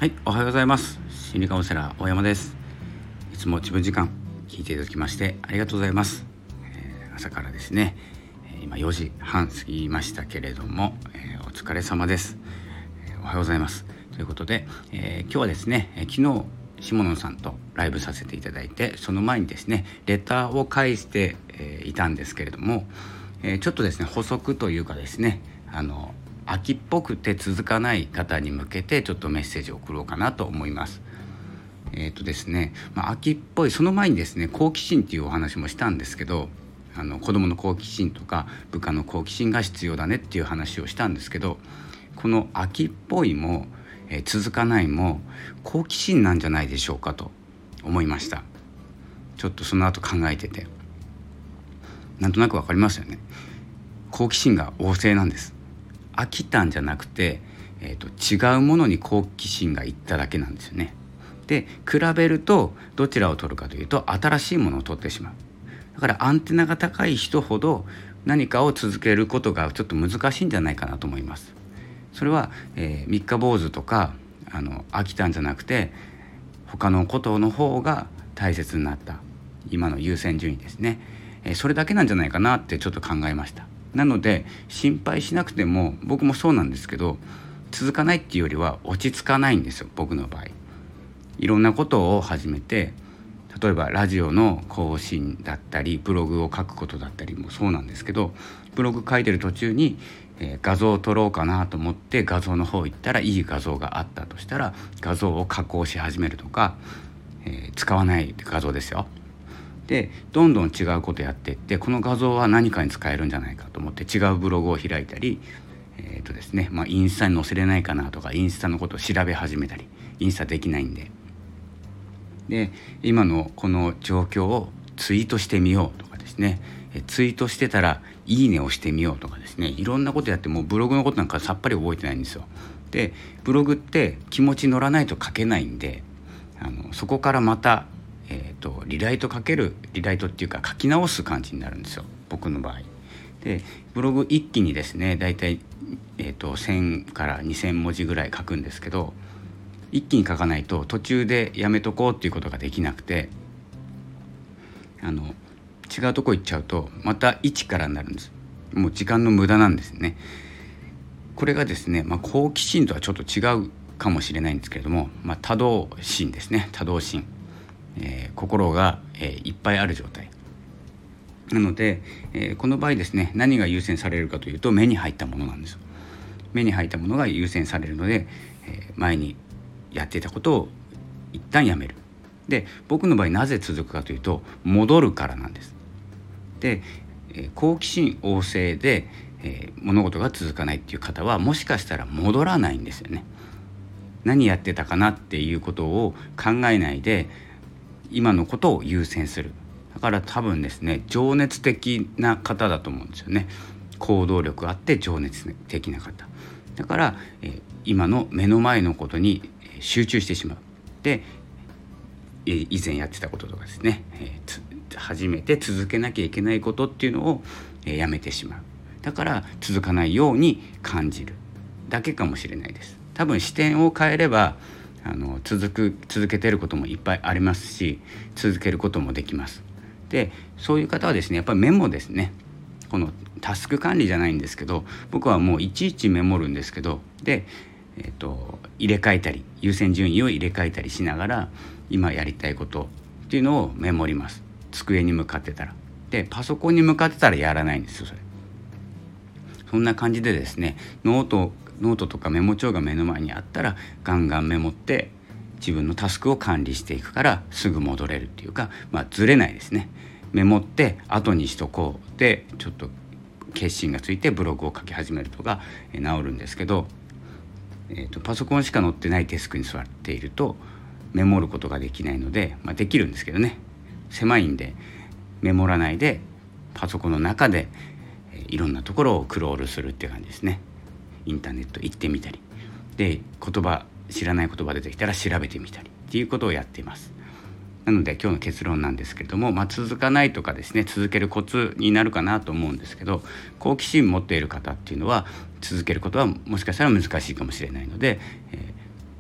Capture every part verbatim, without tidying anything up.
はい、おはようございます。心理カウンセラー大山です。いつも自分時間聞いていただきましてありがとうございます。えー、朝からですね、今よじはん過ぎましたけれども、えー、お疲れ様です。えー、おはようございます。ということで、えー、今日はですね、えー、昨日下野さんとライブさせていただいて、その前にですねレターを返して、えー、いたんですけれども、えー、ちょっとですね補足というかですね、あの秋っぽくて続かない方に向けてちょっとメッセージを送ろうかなと思います。えーとですね、まあ、秋っぽい、その前にですね好奇心っていうお話もしたんですけど、あの子どもの好奇心とか部下の好奇心が必要だねっていう話をしたんですけど、この秋っぽいも、えー、続かないも好奇心なんじゃないでしょうかと思いました。ちょっとその後考えてて、なんとなくわかりますよね。好奇心が旺盛なんです。飽きたんじゃなくて、えーと、違うものに好奇心がいっただけなんですよね。で、比べるとどちらを取るかというと新しいものを取ってしまう。だからアンテナが高い人ほど何かを続けることがちょっと難しいんじゃないかなと思います。それは、えー、三日坊主とかあの飽きたんじゃなくて他のことの方が大切になった、今の優先順位ですね、えー、それだけなんじゃないかなってちょっと考えました。なので心配しなくても、僕もそうなんですけど、続かないっていうよりは落ち着かないんですよ。僕の場合いろんなことを始めて、例えばラジオの更新だったりブログを書くことだったりもそうなんですけど、ブログ書いてる途中に、えー、画像を撮ろうかなと思って画像の方行ったらいい画像があったとしたら画像を加工し始めるとか、えー、使わない画像ですよ。でどんどん違うことやっていって、この画像は何かに使えるんじゃないかと思って違うブログを開いたり、えーとですねまあ、インスタに載せれないかなとか、インスタのことを調べ始めたり、インスタできないんでで今のこの状況をツイートしてみようとかですね、えツイートしてたらいいねをしてみようとかですね、いろんなことやって、もうブログのことなんかさっぱり覚えてないんですよ。でブログって気持ち乗らないと書けないんで、あのそこからまたえーと、リライトかけるリライトっていうか書き直す感じになるんですよ、僕の場合で。ブログ一気にですねだいたい、えーと、せんからにせん文字ぐらい書くんですけど、一気に書かないと途中でやめとこうっていうことができなくて、あの違うとこ行っちゃうとまた一からになるんです。もう時間の無駄なんですね。これがですね、まあ、好奇心とはちょっと違うかもしれないんですけれども、まあ、多動心ですね。多動心、えー、心が、えー、いっぱいある状態なので、えー、この場合ですね何が優先されるかというと目に入ったものなんですよ。目に入ったものが優先されるので、えー、前にやっていたことを一旦やめる。で僕の場合なぜ続くかというと戻るからなんです。で、えー、好奇心旺盛で、えー、物事が続かないっていう方はもしかしたら戻らないんですよね。何やってたかなっていうことを考えないで今のことを優先する。だから多分ですね情熱的な方だと思うんですよね。行動力あって情熱的な方だから、えー、今の目の前のことに集中してしまう。で、えー、以前やってたこととかですね、えー、初めて続けなきゃいけないことっていうのを、えー、やめてしまう。だから続かないように感じるだけかもしれないです。多分視点を変えればあの続く続けてることもいっぱいありますし、続けることもできます。でそういう方はですねやっぱりメモですね。このタスク管理じゃないんですけど、僕はもういちいちメモるんですけど、で、えーと、入れ替えたり優先順位を入れ替えたりしながら今やりたいことっていうのをメモります。机に向かってたら。でパソコンに向かってたらやらないんですよそれ。そんな感じでですねノートノートとかメモ帳が目の前にあったらガンガンメモって自分のタスクを管理していくからすぐ戻れるっていうか、まあずれないですね。メモって後にしとこうでちょっと決心がついてブログを書き始めるとか治るんですけど、えーと、パソコンしか載ってないデスクに座っているとメモることができないので、まあ、できるんですけどね、狭いんでメモらないでパソコンの中でいろんなところをクロールするっていう感じですね。インターネット行ってみたりで言葉知らない言葉出てきたら調べてみたりっていうことをやっています。なので今日の結論なんですけれども、まあ、続かないとかですね続けるコツになるかなと思うんですけど、好奇心持っている方っていうのは続けることはもしかしたら難しいかもしれないので、え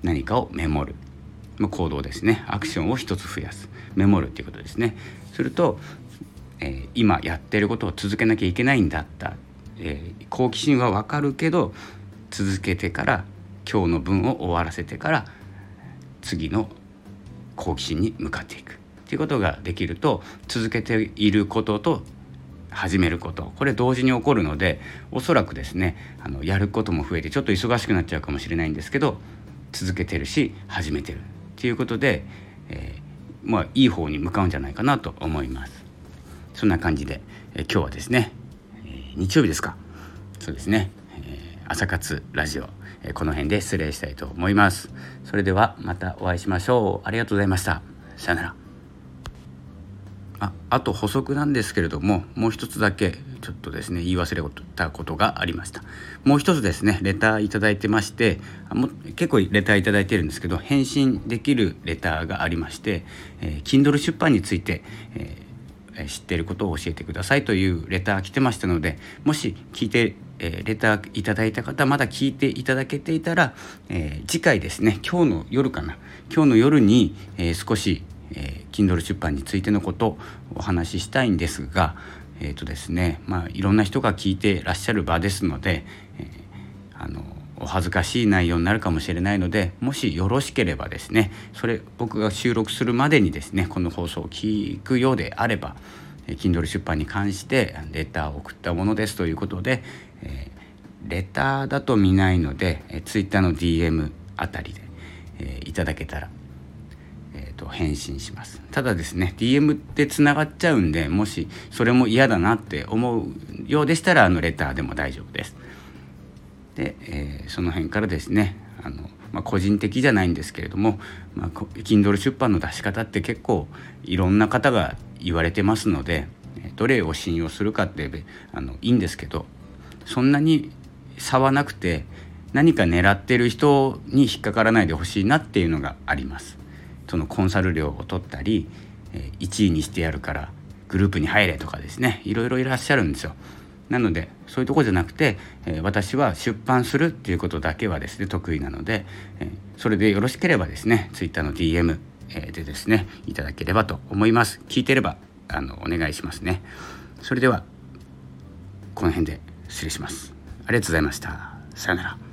何かをメモる、まあ、行動ですね。アクションを一つ増やす、メモるっていうことですね。すると、えー、今やってることを続けなきゃいけないんだった、えー、好奇心は分かるけど続けてから今日の分を終わらせてから次の好奇心に向かっていくっていうことができると、続けていることと始めること、これ同時に起こるので、おそらくですねあのやることも増えてちょっと忙しくなっちゃうかもしれないんですけど、続けてるし始めてるっていうことで、えー、まあいい方に向かうんじゃないかなと思います。そんな感じで、えー、今日はですね、えー、日曜日ですか。そうですね、えー、朝活ラジオ、えー、この辺で失礼したいと思います。それではまたお会いしましょう。ありがとうございました。さよなら。あ, あと補足なんですけれども、もう一つだけちょっとですね言い忘れたことがありました。もう一つですねレターいただいてまして、あも結構レターいただいてるんですけど、返信できるレターがありまして、えー、Kindle 出版について、えー、知っていることを教えてくださいというレター来てましたので、もし聞いて、えー、レターいただいた方まだ聞いていただけていたら、えー、次回ですね今日の夜かな今日の夜に、えー、少しえー、Kindle 出版についてのことをお話ししたいんですが、えーとですねまあ、いろんな人が聞いてらっしゃる場ですので、えー、あのお恥ずかしい内容になるかもしれないので、もしよろしければですね、それ僕が収録するまでにですねこの放送を聞くようであれば、えー、Kindle 出版に関してレターを送ったものですということで、えー、レターだと見ないので、えー、Twitter の ディーエム あたりで、えー、いただけたらえー、と返信します。ただですね ディーエム ってつながっちゃうんで、もしそれも嫌だなって思うようでしたらあのレターでも大丈夫です。で、えー、その辺からですねあの、まあ、個人的じゃないんですけれども、まあ、Kindle 出版の出し方って結構いろんな方が言われてますので、どれを信用するかってあのいいんですけど、そんなに差はなくて何か狙ってる人に引っかからないでほしいなっていうのがあります。そのコンサル料を取ったり、えー、いちいにしてやるからグループに入れとかですね、いろいろいらっしゃるんですよ。なのでそういうところじゃなくて、えー、私は出版するっていうことだけはですね得意なので、えー、それでよろしければですね Twitter の ディーエム、えー、でですねいただければと思います。聞いてればあのお願いしますね。それではこの辺で失礼します。ありがとうございました。さよなら。